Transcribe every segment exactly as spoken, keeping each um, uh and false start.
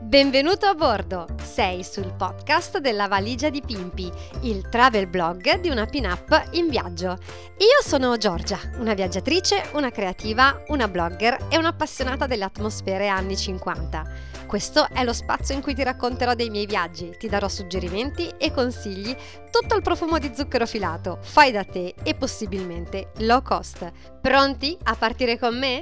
Benvenuto a bordo! Sei sul podcast della Valigia di Pimpi, il travel blog di una pin-up in viaggio. Io sono Giorgia, una viaggiatrice, una creativa, una blogger e un'appassionata delle atmosfere anni cinquanta. Questo è lo spazio in cui ti racconterò dei miei viaggi, ti darò suggerimenti e consigli, tutto il profumo di zucchero filato, fai da te e possibilmente low cost. Pronti a partire con me?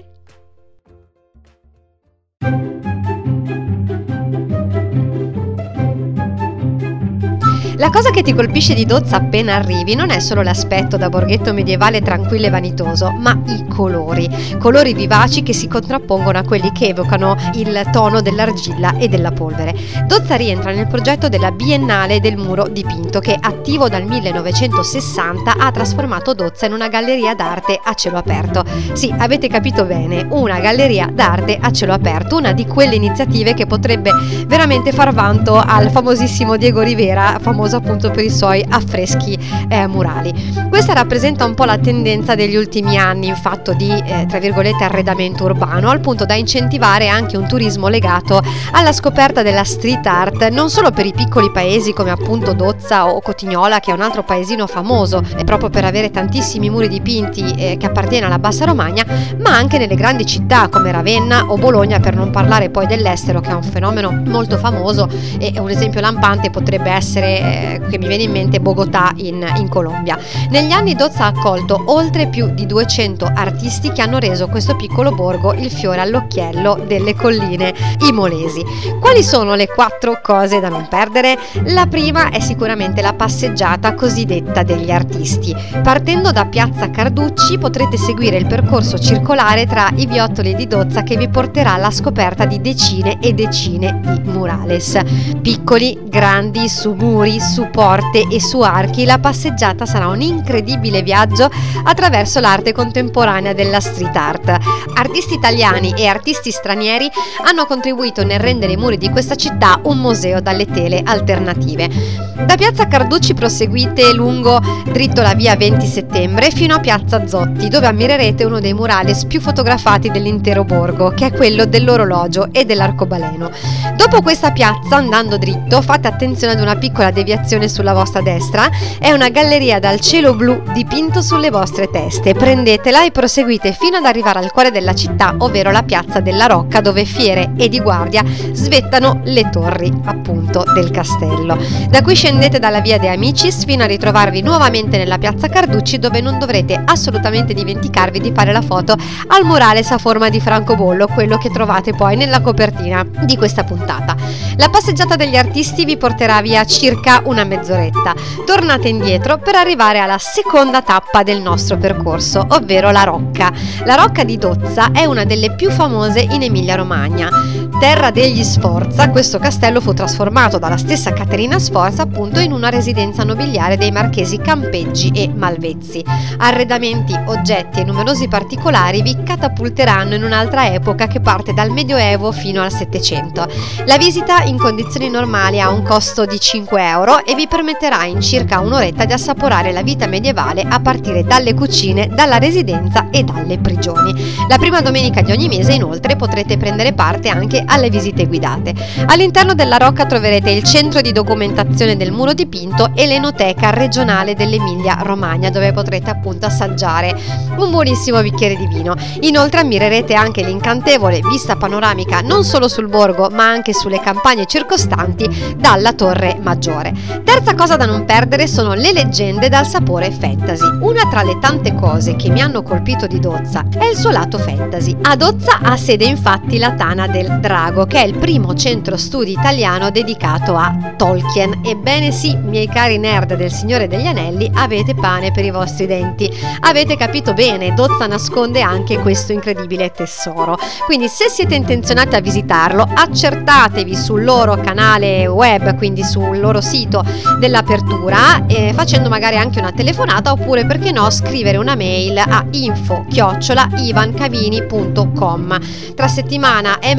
La cosa che ti colpisce di Dozza appena arrivi non è solo l'aspetto da borghetto medievale tranquillo e vanitoso, ma i colori. Colori vivaci che si contrappongono a quelli che evocano il tono dell'argilla e della polvere. Dozza rientra nel progetto della Biennale del Muro dipinto che, attivo dal millenovecentosessanta, ha trasformato Dozza in una galleria d'arte a cielo aperto. Sì, avete capito bene, una galleria d'arte a cielo aperto, una di quelle iniziative che potrebbe veramente far vanto al famosissimo Diego Rivera, famoso appunto per i suoi affreschi eh, murali. Questa rappresenta un po' la tendenza degli ultimi anni in fatto di eh, tra virgolette arredamento urbano, al punto da incentivare anche un turismo legato alla scoperta della street art, non solo per i piccoli paesi come appunto Dozza o Cotignola, che è un altro paesino famoso eh, proprio per avere tantissimi muri dipinti eh, che appartiene alla Bassa Romagna, ma anche nelle grandi città come Ravenna o Bologna, per non parlare poi dell'estero, che è un fenomeno molto famoso, e un esempio lampante potrebbe essere che mi viene in mente Bogotà in, in Colombia. Negli anni Dozza ha accolto oltre più di duecento artisti che hanno reso questo piccolo borgo il fiore all'occhiello delle colline imolesi. Quali sono le quattro cose da non perdere? La prima è sicuramente la passeggiata cosiddetta degli artisti. Partendo da Piazza Carducci potrete seguire il percorso circolare tra i viottoli di Dozza che vi porterà alla scoperta di decine e decine di murales. Piccoli, grandi, su muri, su porte e su archi, la passeggiata sarà un incredibile viaggio attraverso l'arte contemporanea della street art. Artisti italiani e artisti stranieri hanno contribuito nel rendere i muri di questa città un museo dalle tele alternative. Da Piazza Carducci proseguite lungo dritto la via venti settembre fino a Piazza Zotti, dove ammirerete uno dei murales più fotografati dell'intero borgo, che è quello dell'orologio e dell'arcobaleno. Dopo questa piazza, andando dritto, fate attenzione ad una piccola deviazione sulla vostra destra, è una galleria dal cielo blu dipinto sulle vostre teste. Prendetela e proseguite fino ad arrivare al cuore della città, ovvero la piazza della Rocca, dove fiere e di guardia svettano le torri appunto del castello. Da qui scendete dalla via De Amicis fino a ritrovarvi nuovamente nella piazza Carducci, dove non dovrete assolutamente dimenticarvi di fare la foto al murales a forma di francobollo, quello che trovate poi nella copertina di questa puntata. La passeggiata degli artisti vi porterà via circa una mezz'oretta. Tornate indietro per arrivare alla seconda tappa del nostro percorso, ovvero la Rocca. La Rocca di Dozza è una delle più famose in Emilia-Romagna. Terra degli Sforza, questo castello fu trasformato dalla stessa Caterina Sforza appunto in una residenza nobiliare dei marchesi Campeggi e Malvezzi. Arredamenti, oggetti e numerosi particolari vi catapulteranno in un'altra epoca che parte dal Medioevo fino al Settecento. La visita in condizioni normali ha un costo di cinque euro e vi permetterà in circa un'oretta di assaporare la vita medievale a partire dalle cucine, dalla residenza e dalle prigioni. La prima domenica di ogni mese inoltre potrete prendere parte anche alle visite guidate. All'interno della Rocca troverete il centro di documentazione del muro dipinto e l'enoteca regionale dell'Emilia Romagna, dove potrete appunto assaggiare un buonissimo bicchiere di vino. Inoltre ammirerete anche l'incantevole vista panoramica non solo sul borgo ma anche sulle campagne circostanti dalla Torre Maggiore. Terza cosa da non perdere sono le leggende dal sapore fantasy. Una tra le tante cose che mi hanno colpito di Dozza è il suo lato fantasy. A Dozza ha sede infatti la Tana del Drago, che è il primo centro studi italiano dedicato a Tolkien. Ebbene sì, miei cari nerd del Signore degli Anelli, avete pane per i vostri denti. Avete capito bene, Dozza nasconde anche questo incredibile tesoro. Quindi se siete intenzionati a visitarlo, accertatevi sul loro canale web, quindi sul loro sito dell'apertura, eh, facendo magari anche una telefonata, oppure perché no scrivere una mail a info chiocciola ivancavini punto com. Tra settimana è meglio,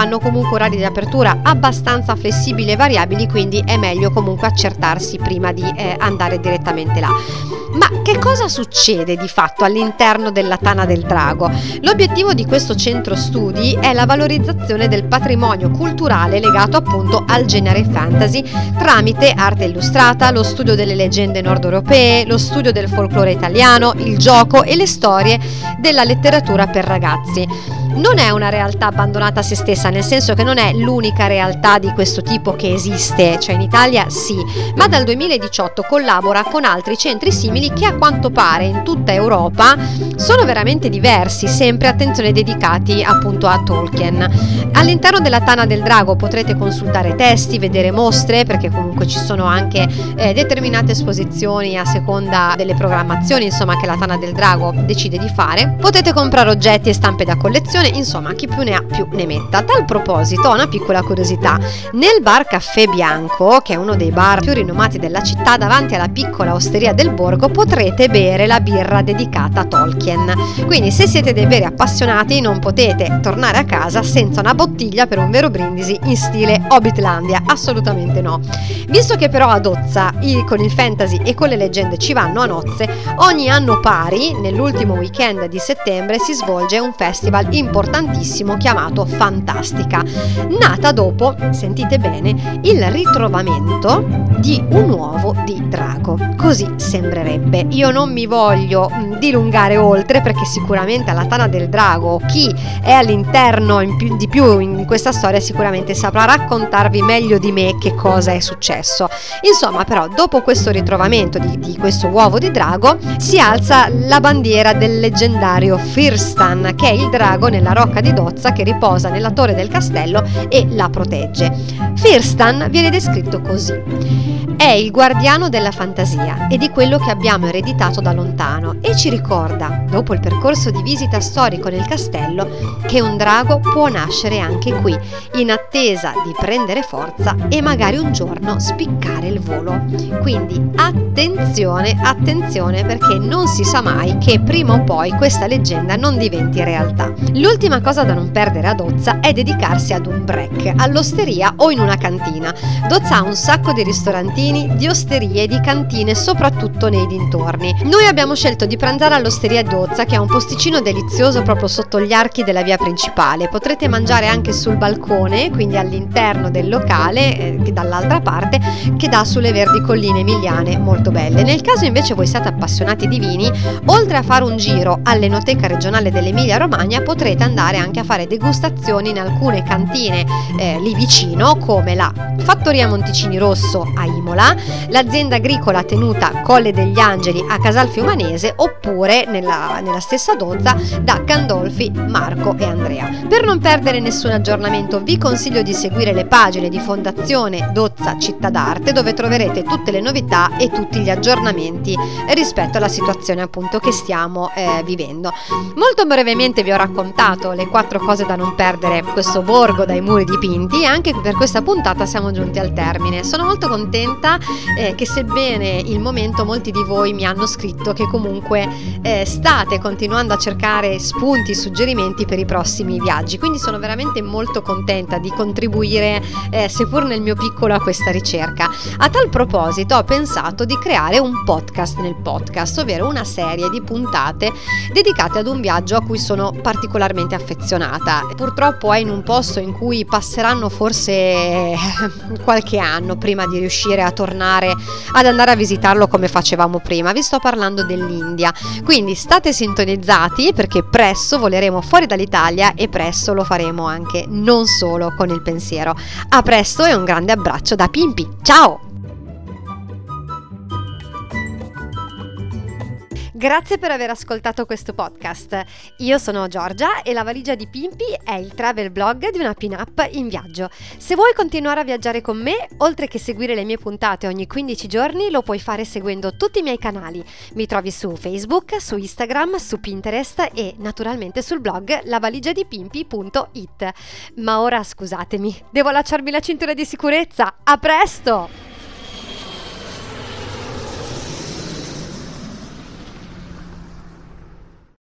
hanno comunque orari di apertura abbastanza flessibili e variabili, quindi è meglio comunque accertarsi prima di eh, andare direttamente là. Ma che cosa succede di fatto all'interno della Tana del Drago? L'obiettivo di questo centro studi è la valorizzazione del patrimonio culturale legato appunto al genere fantasy tramite arte illustrata, lo studio delle leggende nord-europee, lo studio del folklore italiano, il gioco e le storie della letteratura per ragazzi. Non è una realtà abbandonata a se stessa, nel senso che non è l'unica realtà di questo tipo che esiste, cioè in Italia sì, ma dal duemiladiciotto collabora con altri centri simili che a quanto pare in tutta Europa sono veramente diversi, sempre attenzione dedicati appunto a Tolkien. All'interno della Tana del Drago potrete consultare testi, vedere mostre, perché comunque ci sono anche eh, determinate esposizioni a seconda delle programmazioni, insomma, che la Tana del Drago decide di fare. Potete comprare oggetti e stampe da collezione. Insomma, chi più ne ha più ne metta. A tal proposito ho una piccola curiosità: nel bar Caffè Bianco, che è uno dei bar più rinomati della città, davanti alla piccola osteria del borgo potrete bere la birra dedicata a Tolkien. Quindi se siete dei veri appassionati non potete tornare a casa senza una bottiglia per un vero brindisi in stile Hobbitlandia, assolutamente no. Visto che però a Dozza i, con il fantasy e con le leggende ci vanno a nozze, ogni anno pari nell'ultimo weekend di settembre si svolge un festival importantissimo chiamato Fantastica, nata dopo, sentite bene, il ritrovamento di un uovo di drago. Così sembrerebbe. Io non mi voglio mh, dilungare oltre, perché sicuramente alla Tana del Drago chi è all'interno in più, di più in questa storia sicuramente saprà raccontarvi meglio di me che cosa è successo. Insomma, però, dopo questo ritrovamento di, di questo uovo di drago si alza la bandiera del leggendario Firstan, che è il drago nella rocca di Dozza che riposa nella torre del castello e la protegge. Firstan viene descritto così: è il guardiano della fantasia e di quello che abbiamo ereditato da lontano, e ci ricorda, dopo il percorso di visita storico nel castello, che un drago può nascere anche qui, in attesa di prendere forza e magari un giorno spiccare il volo. Quindi attenzione, attenzione, perché non si sa mai che prima o poi questa leggenda non diventi realtà. L'ultima cosa da non perdere a Dozza è dedicarsi ad un break, all'osteria o in una cantina. Dozza ha un sacco di ristorantini, di osterie e di cantine, soprattutto nei dintorni. Noi abbiamo scelto di pranzare all'osteria Dozza, che è un posticino delizioso proprio sotto gli archi della via principale. Potrete mangiare anche sul balcone, quindi all'interno del locale, eh, dall'altra parte, che dà sulle verdi colline emiliane molto belle. Nel caso invece voi siate appassionati di vini, oltre a fare un giro all'Enoteca regionale dell'Emilia Romagna, potrete andare anche a fare degustazioni in alcune cantine eh, lì vicino, come la Fattoria Monticini Rosso a Imola, l'azienda agricola tenuta Colle degli Angeli a Casal Fiumanese, oppure nella, nella stessa Dozza da Gandolfi, Marco e Andrea. Per non perdere nessun aggiornamento vi consiglio di seguire le pagine di Fondazione Dozza Città d'Arte, dove troverete tutte le novità e tutti gli aggiornamenti rispetto alla situazione appunto che stiamo eh, vivendo. Molto brevemente vi ho raccontato le quattro cose da non perdere questo borgo dai muri dipinti, e anche per questa puntata siamo giunti al termine. Sono molto contenta eh, che, sebbene il momento molti di voi mi hanno scritto che comunque eh, state continuando a cercare spunti, suggerimenti per i prossimi viaggi, quindi sono veramente molto contenta di contribuire eh, seppur nel mio piccolo a questa ricerca. A tal proposito ho pensato di creare un podcast nel podcast, ovvero una serie di puntate dedicate ad un viaggio a cui sono particolarmente affezionata. Purtroppo è in un posto in cui passeranno forse qualche anno prima di riuscire a tornare ad andare a visitarlo come facevamo prima. Vi sto parlando dell'India, quindi state sintonizzati, perché presto voleremo fuori dall'Italia e presto lo faremo anche non solo con il pensiero. A presto e un grande abbraccio da Pimpi, ciao! Grazie per aver ascoltato questo podcast. Io sono Giorgia e La Valigia di Pimpi è il travel blog di una pin-up in viaggio. Se vuoi continuare a viaggiare con me, oltre che seguire le mie puntate ogni quindici giorni, lo puoi fare seguendo tutti i miei canali. Mi trovi su Facebook, su Instagram, su Pinterest e naturalmente sul blog lavaligiadipimpi punto it. Ma ora scusatemi, devo allacciarmi la cintura di sicurezza. A presto!